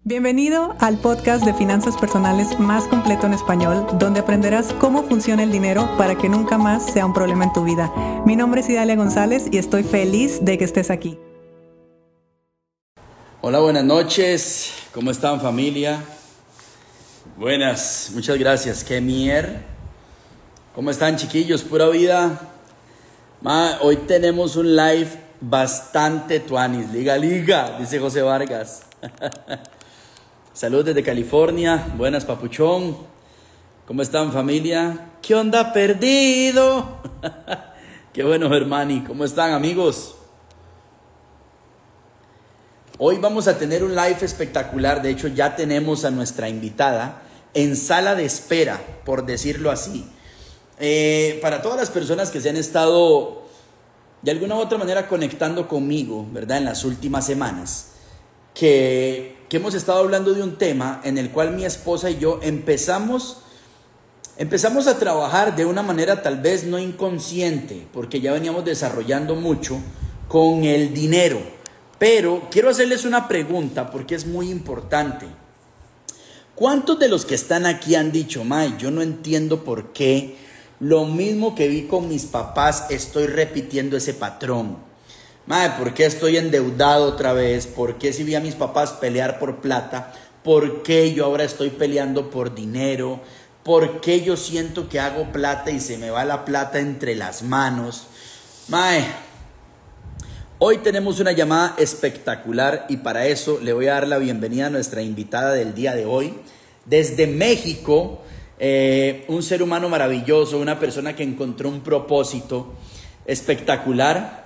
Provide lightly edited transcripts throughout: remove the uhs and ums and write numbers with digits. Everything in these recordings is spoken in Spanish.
Bienvenido al podcast de finanzas personales más completo en español, donde aprenderás cómo funciona el dinero para que nunca más sea un problema en tu vida. Mi nombre es Idalia González y estoy feliz de que estés aquí. Hola, buenas noches. ¿Cómo están, familia? Buenas, muchas gracias. Kemier. ¿Cómo están, chiquillos? Pura vida. Hoy tenemos un live bastante tuanis. Liga, dice José Vargas. Saludos desde California. Buenas, papuchón. ¿Cómo están, familia? ¿Qué onda, perdido? Qué bueno, hermani. ¿Cómo están, amigos? Hoy vamos a tener un live espectacular. De hecho, ya tenemos a nuestra invitada en sala de espera, por decirlo así. Para todas las personas que se han estado de alguna u otra manera conectando conmigo, ¿verdad? En las últimas semanas, que hemos estado hablando de un tema en el cual mi esposa y yo empezamos a trabajar de una manera tal vez no inconsciente, porque ya veníamos desarrollando mucho con el dinero. Pero quiero hacerles una pregunta porque es muy importante. ¿Cuántos de los que están aquí han dicho, May, yo no entiendo por qué lo mismo que vi con mis papás estoy repitiendo ese patrón? Mae, ¿por qué estoy endeudado otra vez? ¿Por qué si vi a mis papás pelear por plata? ¿Por qué yo ahora estoy peleando por dinero? ¿Por qué yo siento que hago plata y se me va la plata entre las manos? Mae, hoy tenemos una llamada espectacular y para eso le voy a dar la bienvenida a nuestra invitada del día de hoy. Desde México, un ser humano maravilloso, una persona que encontró un propósito espectacular.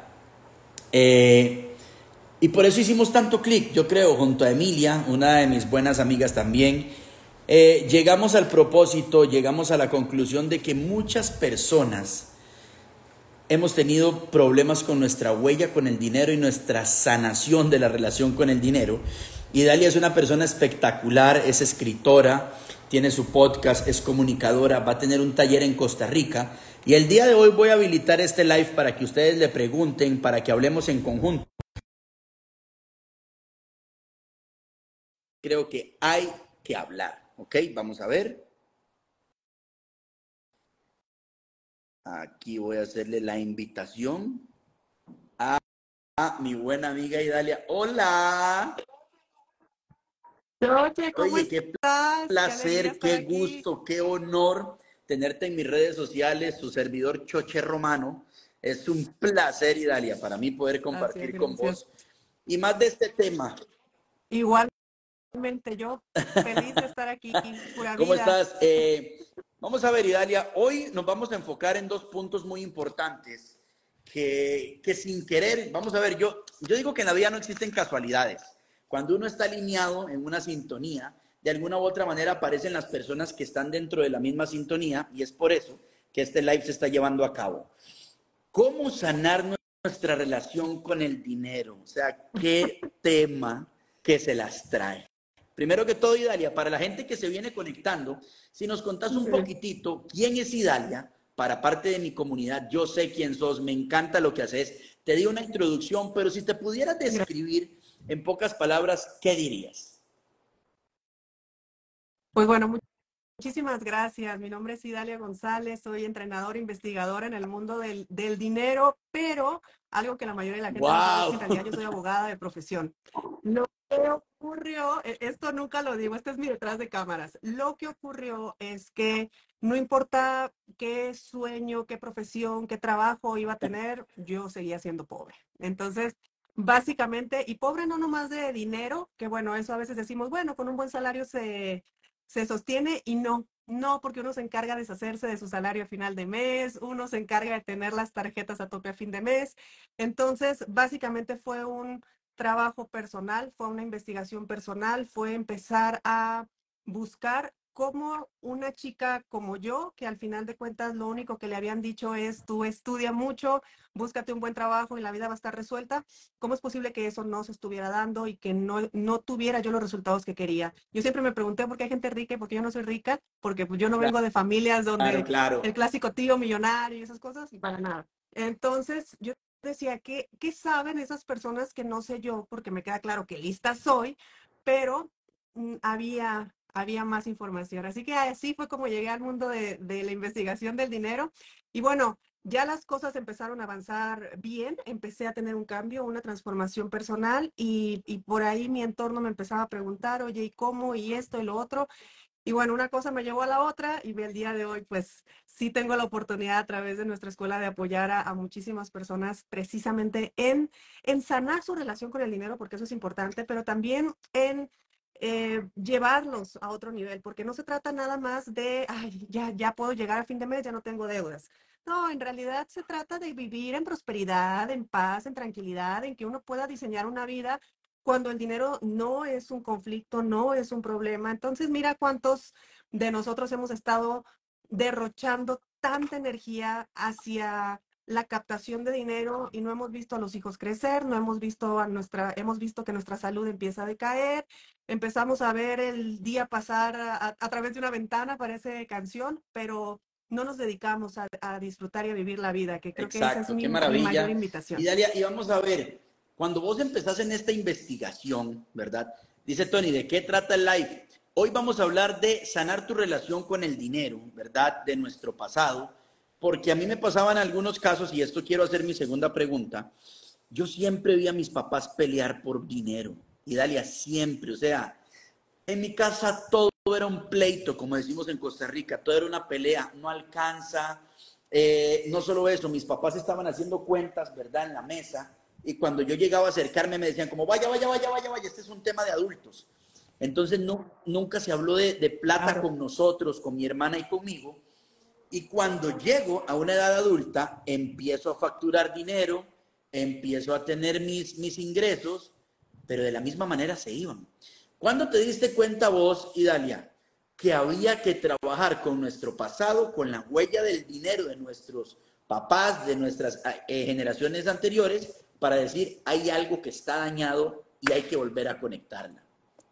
Y por eso hicimos tanto clic, yo creo, junto a Emilia, una de mis buenas amigas también. Llegamos al propósito, llegamos a la conclusión de que muchas personas hemos tenido problemas con nuestra huella con el dinero y nuestra sanación de la relación con el dinero. Y Dalia es una persona espectacular, es escritora, tiene su podcast, es comunicadora, va a tener un taller en Costa Rica. Y el día de hoy voy a habilitar este live para que ustedes le pregunten, para que hablemos en conjunto. Creo que hay que hablar, ¿ok? Vamos a ver. Aquí voy a hacerle la invitación a mi buena amiga Idalia. ¡Hola! Oye, ¿cómo Oye, qué estás? Qué alegría placer, estar qué aquí. gusto, qué honor tenerte en mis redes sociales, su servidor Choche Romano. Es un placer, Idalia, para mí poder Gracias, compartir con gracias. vos. Y más de este tema. Igualmente yo, feliz de estar aquí, pura ¿Cómo vida. estás? Vamos a ver, Idalia, hoy nos vamos a enfocar en dos puntos muy importantes que sin querer, vamos a ver, yo digo que en la vida no existen casualidades. Cuando uno está alineado en una sintonía, de alguna u otra manera aparecen las personas que están dentro de la misma sintonía y es por eso que este live se está llevando a cabo. ¿Cómo sanar nuestra relación con el dinero? O sea, ¿qué tema que se las trae? Primero que todo, Idalia, para la gente que se viene conectando, si nos contás un Sí. poquitito quién es Idalia, para parte de mi comunidad, yo sé quién sos, me encanta lo que haces, te di una introducción, pero si te pudieras describir en pocas palabras, ¿qué dirías? Pues bueno, muchísimas gracias. Mi nombre es Idalia González, soy entrenador, investigadora en el mundo del dinero, pero algo que la mayoría de la gente no sabe es que en ¡Wow! realidad yo soy abogada de profesión. Lo que ocurrió, esto nunca lo digo, este es mi detrás de cámaras. Lo que ocurrió es que no importa qué sueño, qué profesión, qué trabajo iba a tener, yo seguía siendo pobre. Entonces, básicamente, y pobre no nomás de dinero, que bueno, eso a veces decimos, bueno, con un buen salario se sostiene y no, porque uno se encarga de deshacerse de su salario a final de mes, uno se encarga de tener las tarjetas a tope a fin de mes. Entonces, básicamente fue un trabajo personal, fue una investigación personal, fue empezar a buscar cómo una chica como yo, que al final de cuentas lo único que le habían dicho es tú estudia mucho, búscate un buen trabajo y la vida va a estar resuelta, ¿cómo es posible que eso no se estuviera dando y que no tuviera yo los resultados que quería? Yo siempre me pregunté por qué hay gente rica y por qué yo no soy rica, porque pues yo no vengo de familias Claro, donde claro. el clásico tío millonario y esas cosas, y para nada. Entonces yo decía, ¿qué saben esas personas que no sé yo? Porque me queda claro que lista soy, pero había más información. Así que así fue como llegué al mundo de la investigación del dinero. Y bueno, ya las cosas empezaron a avanzar bien, empecé a tener un cambio, una transformación personal y por ahí mi entorno me empezaba a preguntar, oye, ¿y cómo? ¿Y esto y lo otro? Y bueno, una cosa me llevó a la otra y el día de hoy pues sí tengo la oportunidad a través de nuestra escuela de apoyar a muchísimas personas precisamente en sanar su relación con el dinero, porque eso es importante, pero también en llevarlos a otro nivel, porque no se trata nada más de, ay, ya puedo llegar a fin de mes, ya no tengo deudas. No, en realidad se trata de vivir en prosperidad, en paz, en tranquilidad, en que uno pueda diseñar una vida cuando el dinero no es un conflicto, no es un problema. Entonces, mira cuántos de nosotros hemos estado derrochando tanta energía hacia la captación de dinero y no hemos visto a los hijos crecer, no hemos visto hemos visto que nuestra salud empieza a decaer, empezamos a ver el día pasar a través de una ventana, parece canción, pero no nos dedicamos a disfrutar y a vivir la vida, que creo que esa es Exacto, qué mi mayor maravilla. Y invitación. Dalia, y vamos a ver, cuando vos empezás en esta investigación, ¿verdad? Dice Tony, ¿de qué trata el live? Hoy vamos a hablar de sanar tu relación con el dinero, ¿verdad? De nuestro pasado, porque a mí me pasaban algunos casos, y esto quiero hacer mi segunda pregunta. Yo siempre vi a mis papás pelear por dinero, y Dalia, siempre, o sea, en mi casa todo era un pleito, como decimos en Costa Rica, todo era una pelea, no alcanza. No solo eso, mis papás estaban haciendo cuentas, ¿verdad?, en la mesa, y cuando yo llegaba a acercarme me decían como, vaya, este es un tema de adultos. Entonces no, nunca se habló de plata Claro. con nosotros, con mi hermana y conmigo, y cuando llego a una edad adulta, empiezo a facturar dinero, empiezo a tener mis ingresos, pero de la misma manera se iban. ¿Cuándo te diste cuenta vos, Idalia, que había que trabajar con nuestro pasado, con la huella del dinero de nuestros papás, de nuestras generaciones anteriores, para decir, hay algo que está dañado y hay que volver a conectarla?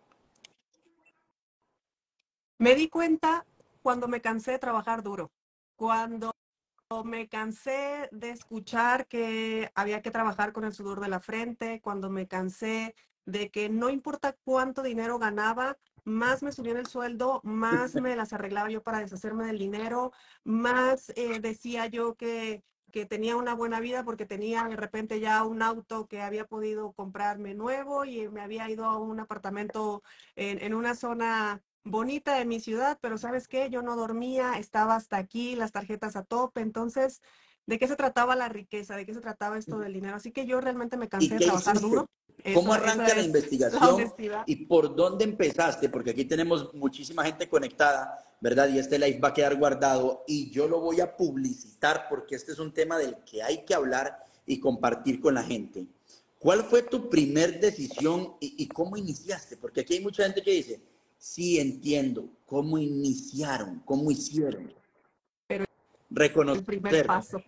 Me di cuenta cuando me cansé de trabajar duro, cuando me cansé de escuchar que había que trabajar con el sudor de la frente, cuando me cansé de que no importa cuánto dinero ganaba, más me subía el sueldo, más me las arreglaba yo para deshacerme del dinero, más decía yo que tenía una buena vida porque tenía de repente ya un auto que había podido comprarme nuevo y me había ido a un apartamento en una zona bonita de mi ciudad, pero ¿sabes qué? Yo no dormía, estaba hasta aquí, las tarjetas a tope, entonces, ¿de qué se trataba la riqueza? ¿De qué se trataba esto del dinero? Así que yo realmente me cansé ¿Y de qué trabajar hiciste? duro, ¿Cómo esa arranca la es la investigación honestidad. y por dónde empezaste? Porque aquí tenemos muchísima gente conectada, ¿verdad? Y este live va a quedar guardado y yo lo voy a publicitar porque este es un tema del que hay que hablar y compartir con la gente. ¿Cuál fue tu primer decisión y cómo iniciaste? Porque aquí hay mucha gente que dice, sí, entiendo, ¿cómo iniciaron? ¿Cómo hicieron? Pero el primer Reconocer. paso,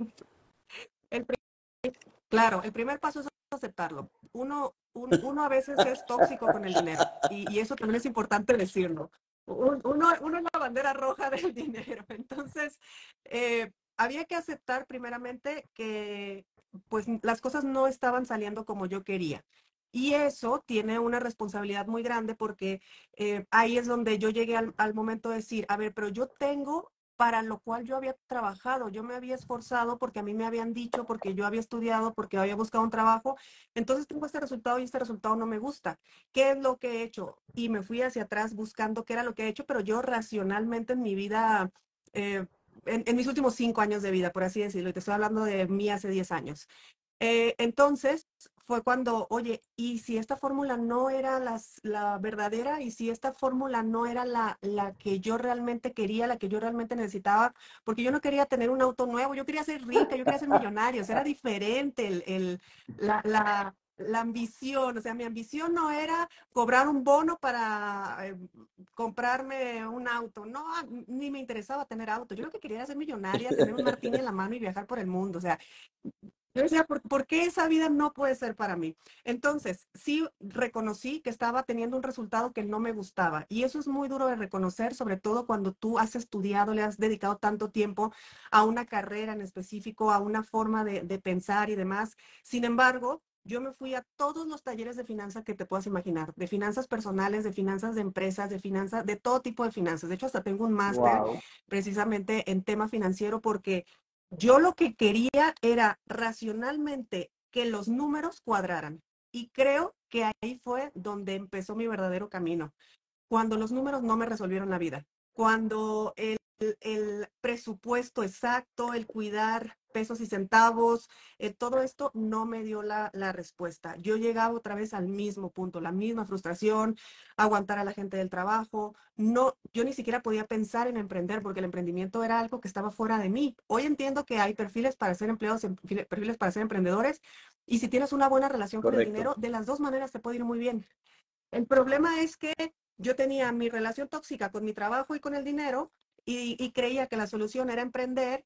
el claro, el primer paso es aceptarlo. Uno a veces es tóxico con el dinero y eso también es importante decirlo. Uno es la bandera roja del dinero. Entonces, había que aceptar primeramente que pues las cosas no estaban saliendo como yo quería. Y eso tiene una responsabilidad muy grande porque ahí es donde yo llegué al momento de decir, a ver, pero yo tengo para lo cual yo había trabajado, yo me había esforzado porque a mí me habían dicho, porque yo había estudiado, porque había buscado un trabajo, entonces tengo este resultado y este resultado no me gusta. ¿Qué es lo que he hecho? Y me fui hacia atrás buscando qué era lo que he hecho, pero yo racionalmente en mi vida, eh, en mis últimos 5 años de vida, por así decirlo, y te estoy hablando de mí hace 10 años. Entonces fue cuando, oye, ¿y si esta fórmula no era la verdadera? ¿Y si esta fórmula no era la que yo realmente quería, la que yo realmente necesitaba? Porque yo no quería tener un auto nuevo, yo quería ser rica, yo quería ser millonaria, o sea, era diferente la ambición, o sea, mi ambición no era cobrar un bono para comprarme un auto, no, ni me interesaba tener auto, yo lo que quería era ser millonaria, tener un martini en la mano y viajar por el mundo, o sea, yo decía, ¿por qué esa vida no puede ser para mí? Entonces, sí reconocí que estaba teniendo un resultado que no me gustaba. Y eso es muy duro de reconocer, sobre todo cuando tú has estudiado, le has dedicado tanto tiempo a una carrera en específico, a una forma de pensar y demás. Sin embargo, yo me fui a todos los talleres de finanzas que te puedas imaginar, de finanzas personales, de finanzas de empresas, de finanzas, de todo tipo de finanzas. De hecho, hasta tengo un máster Wow. precisamente en tema financiero porque yo lo que quería era racionalmente que los números cuadraran. Y creo que ahí fue donde empezó mi verdadero camino, cuando los números no me resolvieron la vida, cuando el presupuesto exacto, el cuidar pesos y centavos, todo esto no me dio la respuesta. Yo llegaba otra vez al mismo punto, la misma frustración, aguantar a la gente del trabajo. No, yo ni siquiera podía pensar en emprender porque el emprendimiento era algo que estaba fuera de mí. Hoy entiendo que hay perfiles para ser empleados, perfiles para ser emprendedores, y si tienes una buena relación con el Correcto. dinero, de las dos maneras te puede ir muy bien. El problema es que yo tenía mi relación tóxica con mi trabajo y con el dinero y creía que la solución era emprender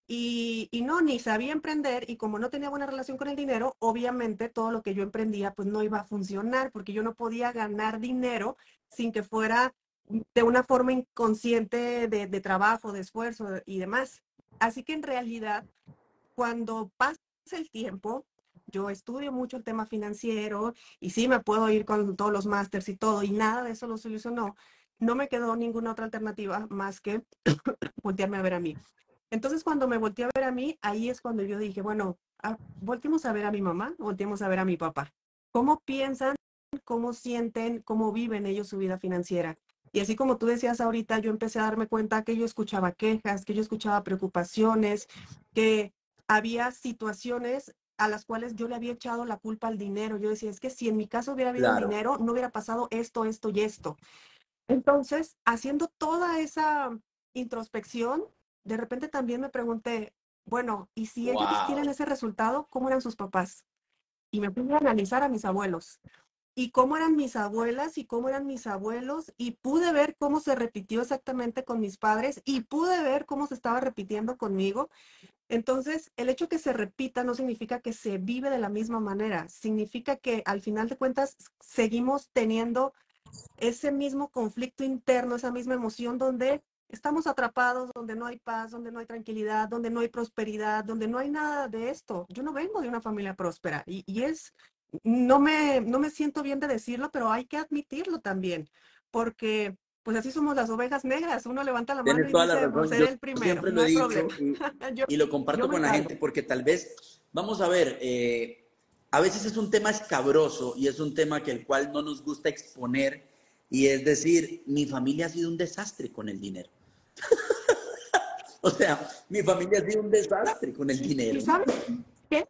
y no, ni sabía emprender y como no tenía buena relación con el dinero, obviamente todo lo que yo emprendía pues no iba a funcionar porque yo no podía ganar dinero sin que fuera de una forma inconsciente de trabajo, de esfuerzo y demás. Así que en realidad cuando pasa el tiempo, yo estudio mucho el tema financiero y sí me puedo ir con todos los másters y todo, y nada de eso lo solucionó. No me quedó ninguna otra alternativa más que voltearme a ver a mí. Entonces, cuando me volteé a ver a mí, ahí es cuando yo dije, bueno, volteemos a ver a mi mamá, volteemos a ver a mi papá. ¿Cómo piensan, cómo sienten, cómo viven ellos su vida financiera? Y así como tú decías ahorita, yo empecé a darme cuenta que yo escuchaba quejas, que yo escuchaba preocupaciones, que había situaciones a las cuales yo le había echado la culpa al dinero. Yo decía, es que si en mi caso hubiera habido un Claro. dinero, no hubiera pasado esto, esto y esto. Entonces, haciendo toda esa introspección, de repente también me pregunté, bueno, ¿y si ellos Wow. tienen ese resultado, cómo eran sus papás? Y me puse a analizar a mis abuelos y cómo eran mis abuelas y cómo eran mis abuelos y pude ver cómo se repitió exactamente con mis padres y pude ver cómo se estaba repitiendo conmigo. Entonces, el hecho que se repita no significa que se vive de la misma manera, significa que al final de cuentas seguimos teniendo ese mismo conflicto interno, esa misma emoción donde estamos atrapados, donde no hay paz, donde no hay tranquilidad, donde no hay prosperidad, donde no hay nada de esto. Yo no vengo de una familia próspera y es, no me siento bien de decirlo, pero hay que admitirlo también, porque pues así somos las ovejas negras. Uno levanta la mano Tienes y toda la dice, razón. seré el Yo primero, siempre lo no he hay problema. dicho Yo, y lo yo comparto me con la encargo. gente porque tal vez, vamos a ver, a veces es un tema escabroso y es un tema que el cual no nos gusta exponer y es decir, mi familia ha sido un desastre con el dinero. O sea, mi familia ha sido un desastre con el Y dinero. ¿sabes qué?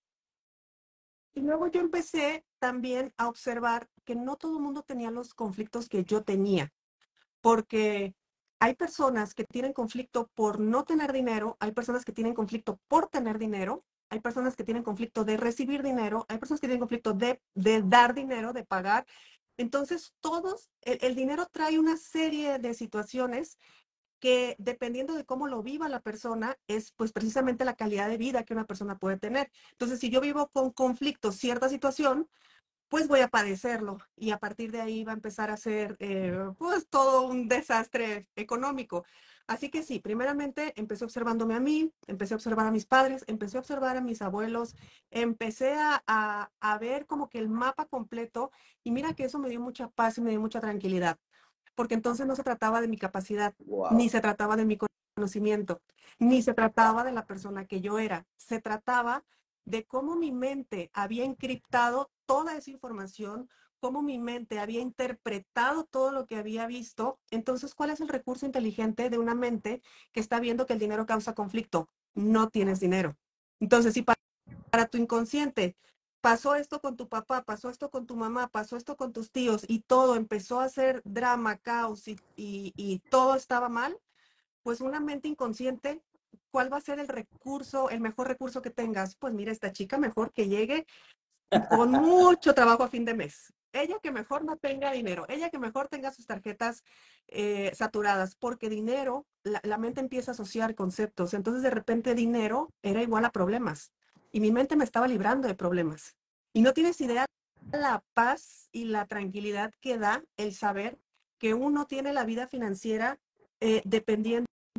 Y luego yo empecé también a observar que no todo el mundo tenía los conflictos que yo tenía, porque hay personas que tienen conflicto por no tener dinero, hay personas que tienen conflicto por tener dinero, hay personas que tienen conflicto de recibir dinero, hay personas que tienen conflicto de dar dinero, de pagar. Entonces, el dinero trae una serie de situaciones que dependiendo de cómo lo viva la persona, es pues precisamente la calidad de vida que una persona puede tener. Entonces, si yo vivo con conflicto cierta situación, pues voy a padecerlo y a partir de ahí va a empezar a ser pues todo un desastre económico. Así que sí, primeramente empecé observándome a mí, empecé a observar a mis padres, empecé a observar a mis abuelos, empecé a ver como que el mapa completo y mira que eso me dio mucha paz y me dio mucha tranquilidad, porque entonces no se trataba de mi capacidad, ni Wow. se trataba de mi conocimiento, ni se trataba de la persona que yo era, se trataba de cómo mi mente había encriptado toda esa información, cómo mi mente había interpretado todo lo que había visto. Entonces, ¿cuál es el recurso inteligente de una mente que está viendo que el dinero causa conflicto? No tienes dinero. Entonces, si para tu inconsciente pasó esto con tu papá, pasó esto con tu mamá, pasó esto con tus tíos y todo empezó a ser drama, caos y todo estaba mal, pues una mente inconsciente, ¿cuál va a ser el recurso, el mejor recurso que tengas? Pues mira, esta chica mejor que llegue con mucho trabajo a fin de mes. Ella que mejor no tenga dinero, ella que mejor tenga sus tarjetas saturadas, porque dinero, la mente empieza a asociar conceptos. Entonces de repente dinero era igual a problemas y mi mente me estaba librando de problemas. Y no tienes idea la paz y la tranquilidad que da el saber que uno tiene la vida financiera dependiendo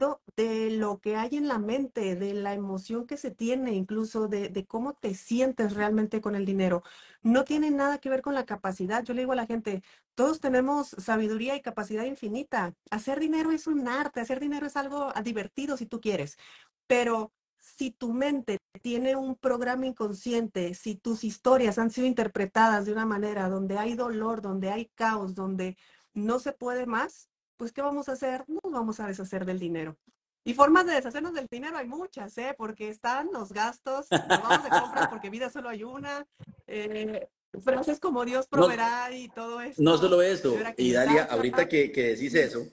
de lo que hay en la mente, de la emoción que se tiene, incluso de cómo te sientes realmente con el dinero. No tiene nada que ver con la capacidad. Yo le digo a la gente, todos tenemos sabiduría y capacidad infinita. Hacer dinero es un arte, hacer dinero es algo divertido si tú quieres, pero si tu mente tiene un programa inconsciente, si tus historias han sido interpretadas de una manera donde hay dolor, donde hay caos, donde no se puede más, pues ¿qué vamos a hacer? Nos vamos a deshacer del dinero. Y formas de deshacernos del dinero hay muchas, ¿eh? Porque están los gastos, nos vamos de compras porque vida solo hay una, frases como Dios No, proveerá y todo no esto, solo y eso, ahora que y mi Dalia, casa. ahorita que decís eso,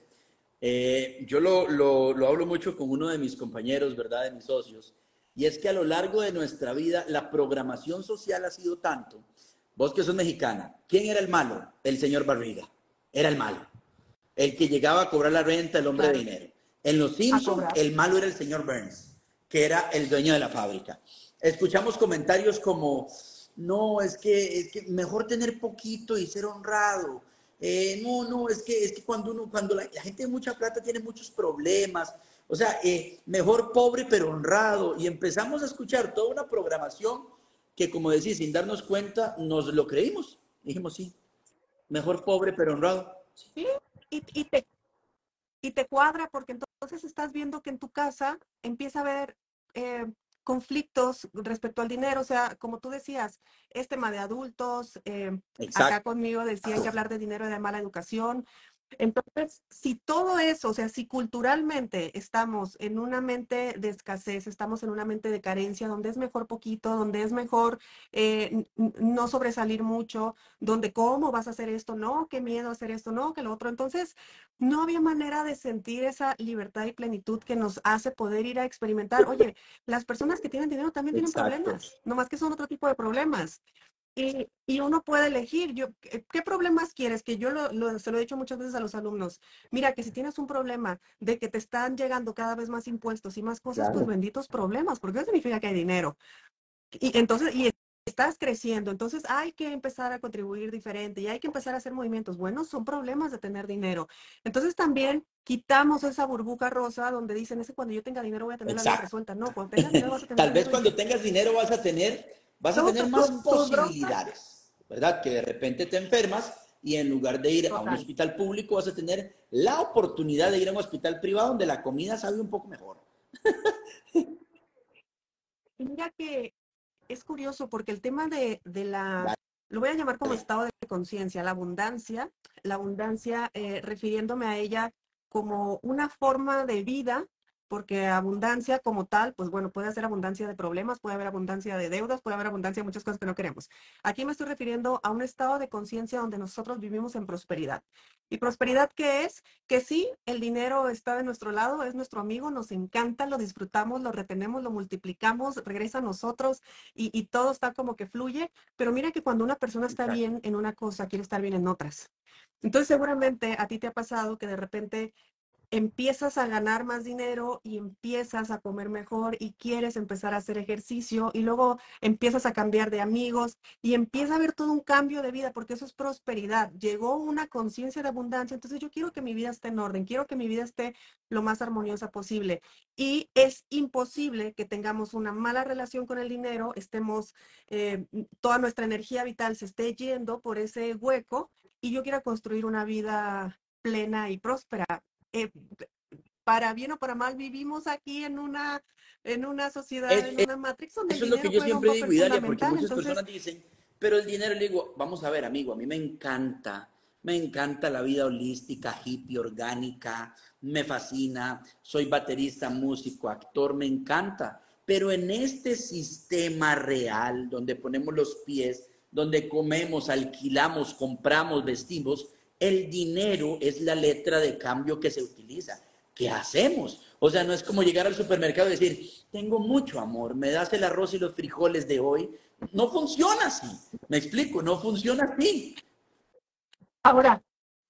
yo lo hablo mucho con uno de mis compañeros, ¿verdad? De mis socios, y es que a lo largo de nuestra vida la programación social ha sido tanto. Vos que sos mexicana, ¿quién era el malo? El señor Barriga, era el malo. El que llegaba a cobrar la renta, el hombre de Claro, dinero. En Los a Simpsons, cobrar. el malo era el señor Burns, que era el dueño de la fábrica. Escuchamos comentarios como, no, es que mejor tener poquito y ser honrado. No, es que cuando la gente de mucha plata tiene muchos problemas. O sea, mejor pobre pero honrado. Y empezamos a escuchar toda una programación que, como decís, sin darnos cuenta, nos lo creímos. Dijimos, sí, mejor pobre pero honrado. Sí, y, y te, y te cuadra porque entonces estás viendo que en tu casa empieza a haber eh, conflictos respecto al dinero, o sea, como tú decías, es tema de adultos, acá Exacto. conmigo decían que hablar de dinero era de mala educación. Entonces, si todo eso, o sea, si culturalmente estamos en una mente de escasez, estamos en una mente de carencia, donde es mejor poquito, donde es mejor no sobresalir mucho, donde cómo vas a hacer esto, no, qué miedo hacer esto, no, que lo otro. Entonces, no había manera de sentir esa libertad y plenitud que nos hace poder ir a experimentar. Oye, las personas que tienen dinero también tienen Exacto. problemas, nomás que son otro tipo de problemas. Y uno puede elegir, ¿qué problemas quieres? Que yo se lo he dicho muchas veces a los alumnos. Mira, que si tienes un problema de que te están llegando cada vez más impuestos y más cosas, pues Claro. benditos problemas, porque eso significa que hay dinero. Y entonces, y estás creciendo, entonces hay que empezar a contribuir diferente y hay que empezar a hacer movimientos. Bueno, son problemas de tener dinero. Entonces también quitamos esa burbuja rosa donde dicen, es que cuando yo tenga dinero voy a tener la vida Exacto. resuelta. No, cuando tengas dinero vas a tener Tal vez dinero y cuando tengas dinero vas a todo tener más tus broncas. posibilidades, ¿verdad? Que de repente te enfermas y en lugar de ir a un Total. hospital público vas a tener la oportunidad de ir a un hospital privado donde la comida sabe un poco mejor. Y mira que es curioso porque el tema lo voy a llamar como Dale. estado de conciencia, la abundancia refiriéndome a ella como una forma de vida, porque abundancia como tal, pues bueno, puede ser abundancia de problemas, puede haber abundancia de deudas, puede haber abundancia de muchas cosas que no queremos. Aquí me estoy refiriendo a un estado de conciencia donde nosotros vivimos en prosperidad. ¿Y prosperidad qué es? Que sí, el dinero está de nuestro lado, es nuestro amigo, nos encanta, lo disfrutamos, lo retenemos, lo multiplicamos, regresa a nosotros y todo está como que fluye, pero mira que cuando una persona está Exacto. bien en una cosa, quiere estar bien en otras. Entonces seguramente a ti te ha pasado que de repente empiezas a ganar más dinero y empiezas a comer mejor y quieres empezar a hacer ejercicio y luego empiezas a cambiar de amigos y empieza a haber todo un cambio de vida porque eso es prosperidad. Llegó una conciencia de abundancia, entonces yo quiero que mi vida esté en orden, quiero que mi vida esté lo más armoniosa posible y es imposible que tengamos una mala relación con el dinero, eh, toda nuestra energía vital se esté yendo por ese hueco y yo quiero construir una vida plena y próspera. eh, para bien o para mal, vivimos aquí en una sociedad, Es, en una matrix donde el Eso es lo que dinero yo juega un siempre papel digo, y Dalia, porque fundamental. muchas Entonces, personas dicen, pero el dinero, le digo, vamos a ver, amigo, a mí me encanta la vida holística, hippie, orgánica, me fascina, soy baterista, músico, actor, me encanta, pero en este sistema real, donde ponemos los pies, donde comemos, alquilamos, compramos, vestimos, el dinero es la letra de cambio que se utiliza. ¿Qué hacemos? O sea, no es como llegar al supermercado y decir, tengo mucho amor, me das el arroz y los frijoles de hoy. No funciona así. Me explico, no funciona así. ahora,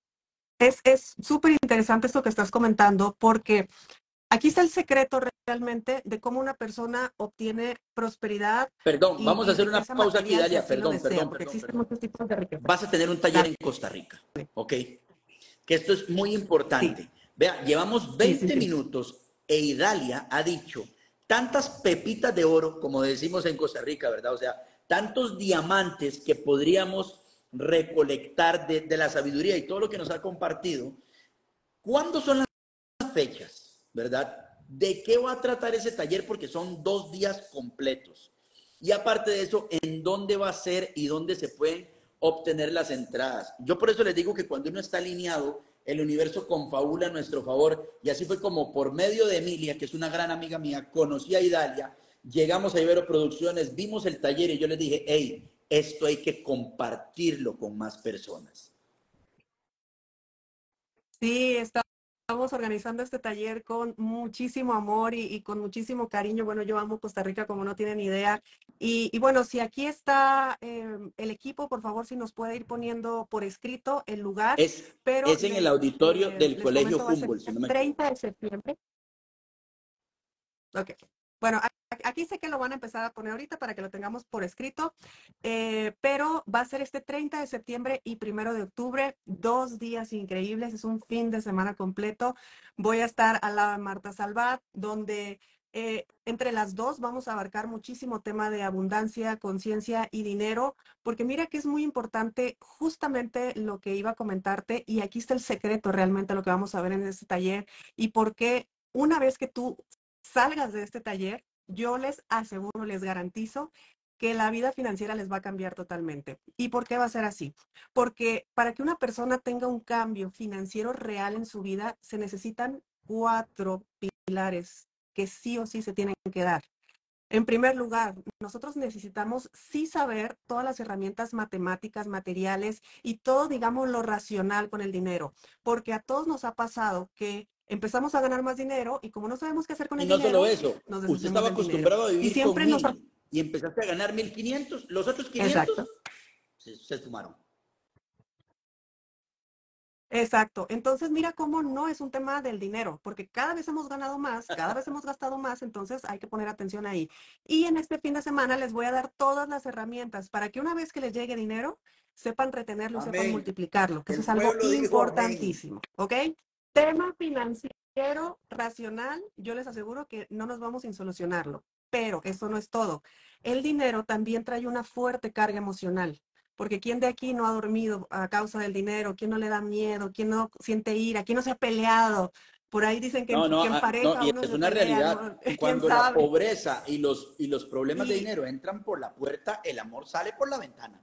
es súper interesante esto que estás comentando porque aquí está el secreto realmente de cómo una persona obtiene prosperidad Perdón, vamos a y hacer una riqueza pausa aquí, material si Dalia. así lo Perdón, desea, perdón, porque perdón, existen perdón. muchos tipos de riqueza. Vas a tener un taller Dale. en Costa Rica, ¿ok? Que esto es muy Sí, importante. Vea, llevamos sí, sí, 20 sí. minutos e Idalia ha dicho tantas pepitas de oro, como decimos en Costa Rica, ¿verdad? O sea, tantos diamantes que podríamos recolectar de la sabiduría y todo lo que nos ha compartido. ¿Cuándo son las fechas, verdad? ¿De qué va a tratar ese taller? Porque son 2 días completos. Y aparte de eso, ¿en dónde va a ser y dónde se pueden obtener las entradas? Yo por eso les digo que cuando uno está alineado, el universo confabula a nuestro favor. Y así fue como por medio de Emilia, que es una gran amiga mía, conocí a Idalia, llegamos a Ibero Producciones, vimos el taller y yo les dije, hey, esto hay que compartirlo con más personas. Sí, estamos organizando este taller con muchísimo amor y con muchísimo cariño. Bueno, yo amo Costa Rica como no tienen idea. Y bueno, si aquí está el equipo, por favor, si nos puede ir poniendo por escrito el lugar, pero Es en el auditorio del les Colegio comento, va a ser Humboldt, si no el me equivoco. 30 de septiembre. Ok. Bueno, aquí sé que lo van a empezar a poner ahorita para que lo tengamos por escrito, pero va a ser este 30 de septiembre y 1 de octubre, 2 días increíbles, es un fin de semana completo. Voy a estar al lado de Marta Salvat, donde entre las dos vamos a abarcar muchísimo tema de abundancia, conciencia y dinero, porque mira que es muy importante justamente lo que iba a comentarte, y aquí está el secreto realmente lo que vamos a ver en este taller, y por qué una vez que tú salgas de este taller, yo les aseguro, les garantizo que la vida financiera les va a cambiar totalmente. ¿Y por qué va a ser así? Porque para que una persona tenga un cambio financiero real en su vida, se necesitan 4 pilares que sí o sí se tienen que dar. En primer lugar, nosotros necesitamos sí saber todas las herramientas matemáticas, materiales y todo, digamos, lo racional con el dinero, porque a todos nos ha pasado que empezamos a ganar más dinero y como no sabemos qué hacer con Y el no solo dinero, eso, nos usted deshacemos estaba del dinero. acostumbrado a Y vivir con siempre nos... 1000 y empezaste a ganar 1500, los otros 500 Exacto. se sumaron. Exacto. Entonces, mira cómo no es un tema del dinero, porque cada vez hemos ganado más, cada vez hemos gastado más, entonces hay que poner atención ahí. Y en este fin de semana les voy a dar todas las herramientas para que una vez que les llegue dinero, sepan retenerlo y sepan Amén. multiplicarlo, que eso El es algo pueblo dijo amén. importantísimo, ¿ok? Tema financiero racional, yo les aseguro que no nos vamos sin solucionarlo, pero eso no es todo. El dinero también trae una fuerte carga emocional. Porque ¿quién de aquí no ha dormido a causa del dinero? ¿Quién no le da miedo? ¿Quién no siente ira? ¿Quién no se ha peleado? Por ahí dicen No, no, que en no, pareja y uno es se una pelea, realidad. ¿no? ¿Quién Cuando la sabe? pobreza y los problemas de Y dinero entran por la puerta, el amor sale por la ventana.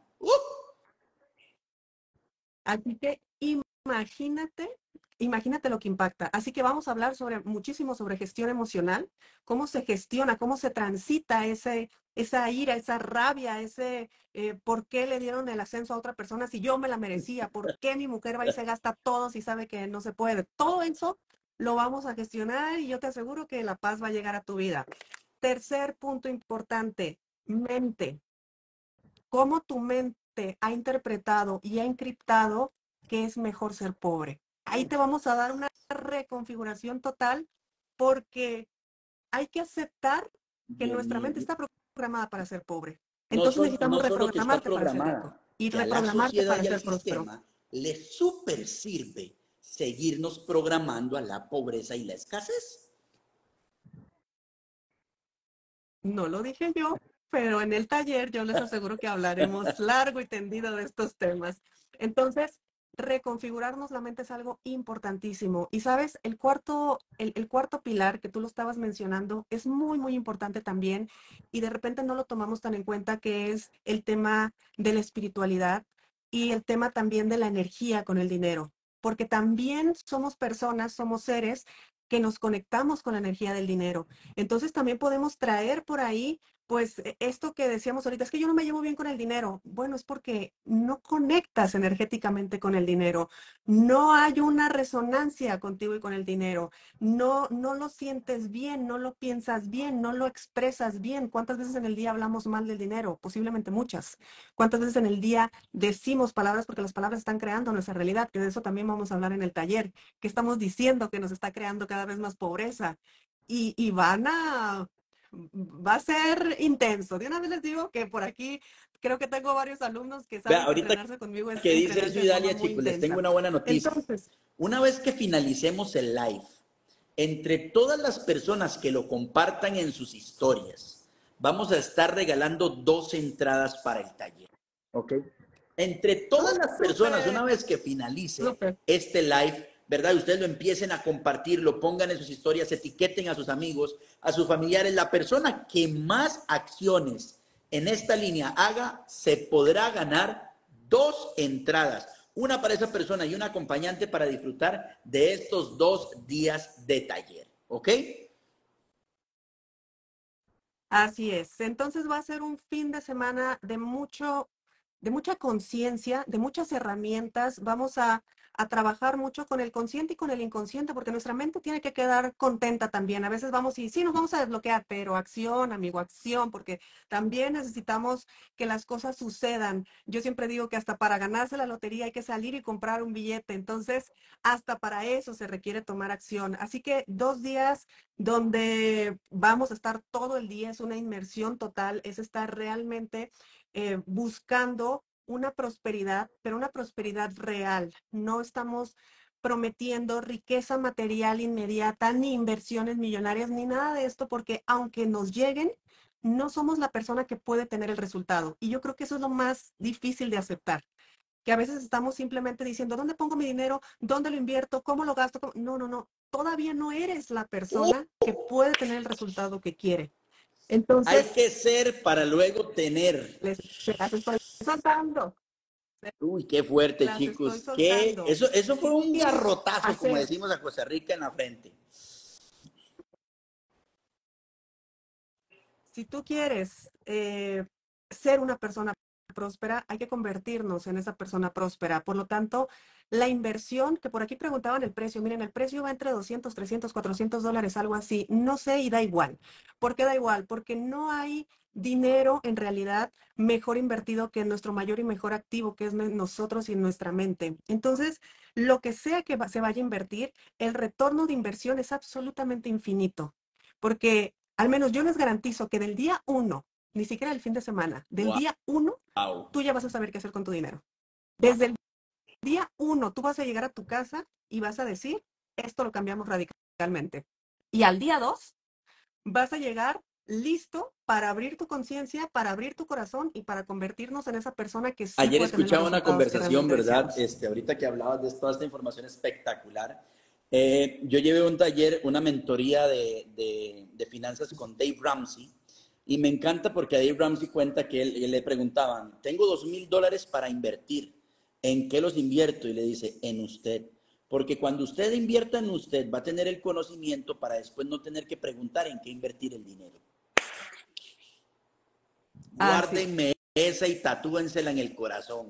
así que imagínate lo que impacta. Así que vamos a hablar muchísimo sobre gestión emocional, cómo se gestiona, cómo se transita esa ira, esa rabia, ese por qué le dieron el ascenso a otra persona si yo me la merecía, por qué mi mujer va y se gasta todo si sabe que no se puede. Todo eso lo vamos a gestionar y yo te aseguro que la paz va a llegar a tu vida. Tercer punto importante, mente. ¿Cómo tu mente ha interpretado y ha encriptado que es mejor ser pobre? Ahí te vamos a dar una reconfiguración total, porque hay que aceptar que Dios nuestra mente mío. está programada para ser pobre. No, Entonces necesitamos no solo que está reprogramarte para ser rico programada, y que a la reprogramarte sociedad para y al ser próspero. sistema le súper sirve seguirnos programando a la pobreza y la escasez. No lo dije yo, pero en el taller yo les aseguro que hablaremos largo y tendido de estos temas. Entonces, reconfigurarnos la mente es algo importantísimo. Y sabes, el cuarto pilar que tú lo estabas mencionando es muy, muy importante también. Y de repente no lo tomamos tan en cuenta, que es el tema de la espiritualidad y el tema también de la energía con el dinero. Porque también somos personas, somos seres que nos conectamos con la energía del dinero. Entonces también podemos traer por ahí, pues esto que decíamos ahorita, es que yo no me llevo bien con el dinero. Bueno, es porque no conectas energéticamente con el dinero. No hay una resonancia contigo y con el dinero. No lo sientes bien, no lo piensas bien, no lo expresas bien. ¿Cuántas veces en el día hablamos mal del dinero? Posiblemente muchas. ¿Cuántas veces en el día decimos palabras porque las palabras están creando nuestra realidad? Que de eso también vamos a hablar en el taller. ¿Qué estamos diciendo que nos está creando cada vez más pobreza? Y va a ser intenso. De una vez les digo que por aquí creo que tengo varios alumnos que Vea, saben que ahorita entrenarse conmigo es que dice eso entrenarse de forma Idalia, muy chicos, les tengo intensa. una buena noticia. Entonces, Una vez que finalicemos el live, Entre todas las personas que lo compartan en sus historias, vamos a estar regalando 2 entradas para el taller. ¿Ok? Entre todas las personas, una vez que finalice este live, ¿verdad? Y ustedes lo empiecen a compartir, lo pongan en sus historias, etiqueten a sus amigos, a sus familiares. La persona que más acciones en esta línea haga, se podrá ganar 2 entradas. Una para esa persona y una acompañante para disfrutar de estos 2 días de taller. ¿Ok? Así es. Entonces va a ser un fin de semana de mucha conciencia, de muchas herramientas. Vamos a trabajar mucho con el consciente y con el inconsciente, porque nuestra mente tiene que quedar contenta también. A veces vamos y sí, nos vamos a desbloquear, pero acción, amigo, acción, porque también necesitamos que las cosas sucedan. Yo siempre digo que hasta para ganarse la lotería hay que salir y comprar un billete. Entonces, hasta para eso se requiere tomar acción. Así que 2 días donde vamos a estar todo el día, es una inmersión total, es estar realmente buscando una prosperidad, pero una prosperidad real. No estamos prometiendo riqueza material inmediata, ni inversiones millonarias, ni nada de esto, porque aunque nos lleguen, no somos la persona que puede tener el resultado. Y yo creo que eso es lo más difícil de aceptar, que a veces estamos simplemente diciendo, ¿dónde pongo mi dinero? ¿Dónde lo invierto? ¿Cómo lo gasto? No, no, no. Todavía no eres la persona que puede tener el resultado que quiere. Hay Entonces, que ser para luego tener. las estoy soltando. Uy, qué fuerte, Las estoy chicos. soltando. Eso fue Si un quieres garrotazo, como hacer, decimos a Costa Rica, en la frente. si tú quieres ser una persona próspera, hay que convertirnos en esa persona próspera. Por lo tanto, la inversión, que por aquí preguntaban el precio, miren, el precio va entre 200, 300, $400, algo así. No sé y da igual. ¿Por qué da igual? Porque no hay dinero en realidad mejor invertido que nuestro mayor y mejor activo, que es nosotros y nuestra mente. Entonces, lo que sea que se vaya a invertir, el retorno de inversión es absolutamente infinito. Porque al menos yo les garantizo que del día 1, ni siquiera del fin de semana, del día 1, Wow. tú ya vas a saber qué hacer con tu dinero. Desde el día 1, tú vas a llegar a tu casa y vas a decir, esto lo cambiamos radicalmente. Y al día 2, vas a llegar listo para abrir tu conciencia, para abrir tu corazón y para convertirnos en esa persona que sí Ayer puede tener los escuchaba una resultados que conversación, realmente ¿verdad? deseamos. Ahorita que hablabas de toda esta información espectacular. Yo llevé un taller, una mentoría de finanzas con Dave Ramsey, y me encanta porque a Dave Ramsey cuenta que él le preguntaban, tengo $2,000 para invertir, ¿en qué los invierto? Y le dice, en usted. Porque cuando usted invierta en usted, va a tener el conocimiento para después no tener que preguntar en qué invertir el dinero. Así. Guárdenme esa y tatúensela en el corazón.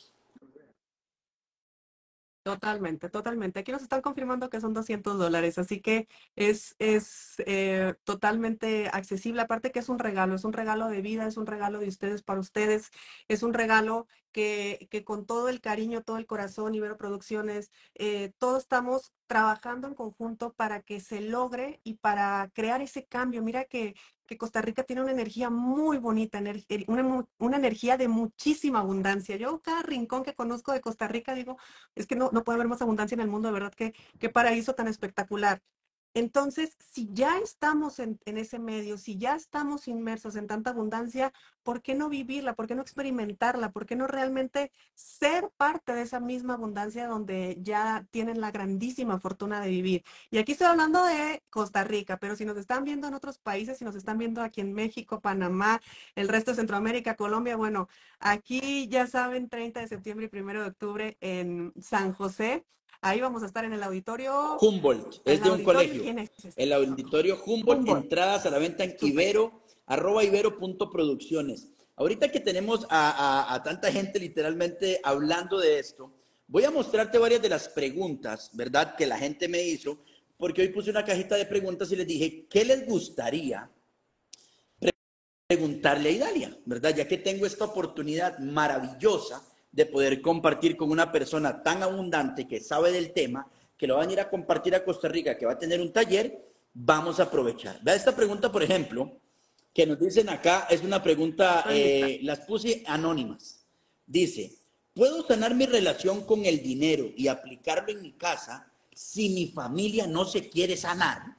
Totalmente, totalmente. Aquí nos están confirmando que son $200, así que es totalmente accesible. Aparte que es un regalo de vida, es un regalo de ustedes para ustedes, es un regalo que con todo el cariño, todo el corazón, Ibero Producciones, todos estamos trabajando en conjunto para que se logre y para crear ese cambio. Mira que Costa Rica tiene una energía muy bonita, una energía de muchísima abundancia. Yo cada rincón que conozco de Costa Rica digo, es que no puede haber más abundancia en el mundo, de verdad, qué paraíso tan espectacular. Entonces, si ya estamos en ese medio, si ya estamos inmersos en tanta abundancia, ¿por qué no vivirla? ¿Por qué no experimentarla? ¿Por qué no realmente ser parte de esa misma abundancia donde ya tienen la grandísima fortuna de vivir? Y aquí estoy hablando de Costa Rica, pero si nos están viendo en otros países, si nos están viendo aquí en México, Panamá, el resto de Centroamérica, Colombia, bueno, aquí ya saben, 30 de septiembre y 1 de octubre en San José. Ahí vamos a estar en el auditorio. Humboldt, es ¿El de un auditorio colegio. quién es? El auditorio Humboldt, Humboldt. entradas a la venta en Súper. Ibero, @ibero.producciones. Ahorita que tenemos a tanta gente literalmente hablando de esto, voy a mostrarte varias de las preguntas, ¿verdad? Que la gente me hizo, porque hoy puse una cajita de preguntas y les dije, ¿qué les gustaría preguntarle a Idalia, ¿verdad? Ya que tengo esta oportunidad maravillosa de poder compartir con una persona tan abundante que sabe del tema, que lo van a ir a compartir a Costa Rica, que va a tener un taller, vamos a aprovechar. Vea esta pregunta, por ejemplo, que nos dicen acá, es una pregunta, Estoy lista. las puse anónimas. Dice, ¿puedo sanar mi relación con el dinero y aplicarlo en mi casa si mi familia no se quiere sanar?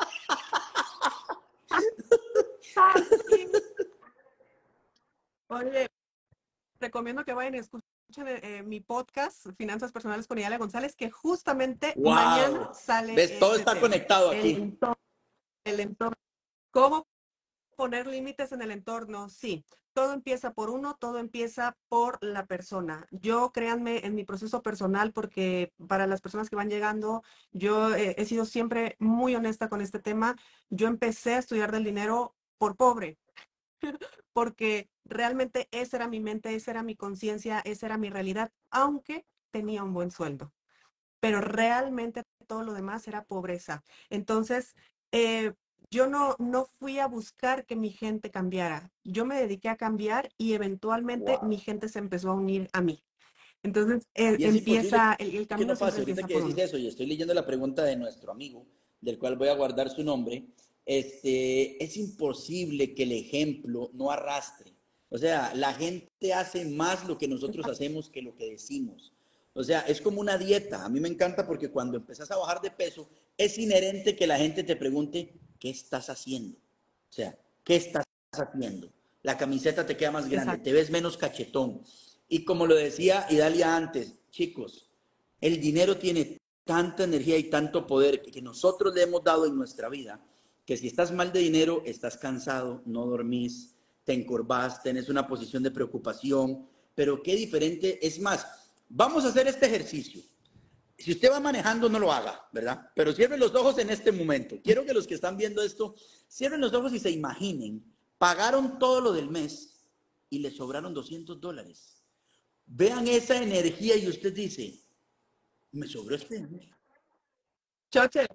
Oye, recomiendo que vayan y escuchen mi podcast, Finanzas Personales con Idalia González, que justamente mañana ¡Wow! sale ¿Ves? Todo ese está tema. conectado El aquí. entorno, el entorno. ¿Cómo poner límites en el entorno? Sí, todo empieza por uno, todo empieza por la persona. Yo, créanme, en mi proceso personal, porque para las personas que van llegando, yo he sido siempre muy honesta con este tema. Yo empecé a estudiar del dinero por pobre, porque realmente esa era mi mente, esa era mi conciencia, esa era mi realidad, aunque tenía un buen sueldo, pero realmente todo lo demás era pobreza. Entonces, eh, yo no fui a buscar que mi gente cambiara. Yo me dediqué a cambiar y eventualmente mi Wow. gente se empezó a unir a mí. Entonces, Y es imposible empieza, el que camino no siempre pase. Ahorita empieza que por decís uno. eso, y estoy leyendo la pregunta de nuestro amigo, del cual voy a guardar su nombre, es imposible que el ejemplo no arrastre. O sea, la gente hace más lo que nosotros hacemos que lo que decimos. O sea, es como una dieta. A mí me encanta porque cuando empezás a bajar de peso, es inherente que la gente te pregunte, ¿qué estás haciendo? O sea, ¿qué estás haciendo? La camiseta te queda más grande, Exacto. te ves menos cachetón. Y como lo decía Idalia antes, chicos, el dinero tiene tanta energía y tanto poder que nosotros le hemos dado en nuestra vida, que si estás mal de dinero, estás cansado, no dormís, te encorvás, tenés una posición de preocupación, pero qué diferente. Es más, vamos a hacer este ejercicio. Si usted va manejando, no lo haga, ¿verdad? Pero cierren los ojos en este momento. Quiero que los que están viendo esto, cierren los ojos y se imaginen, pagaron todo lo del mes y les sobraron $200. Vean esa energía y usted dice, me sobró este dinero. Choche,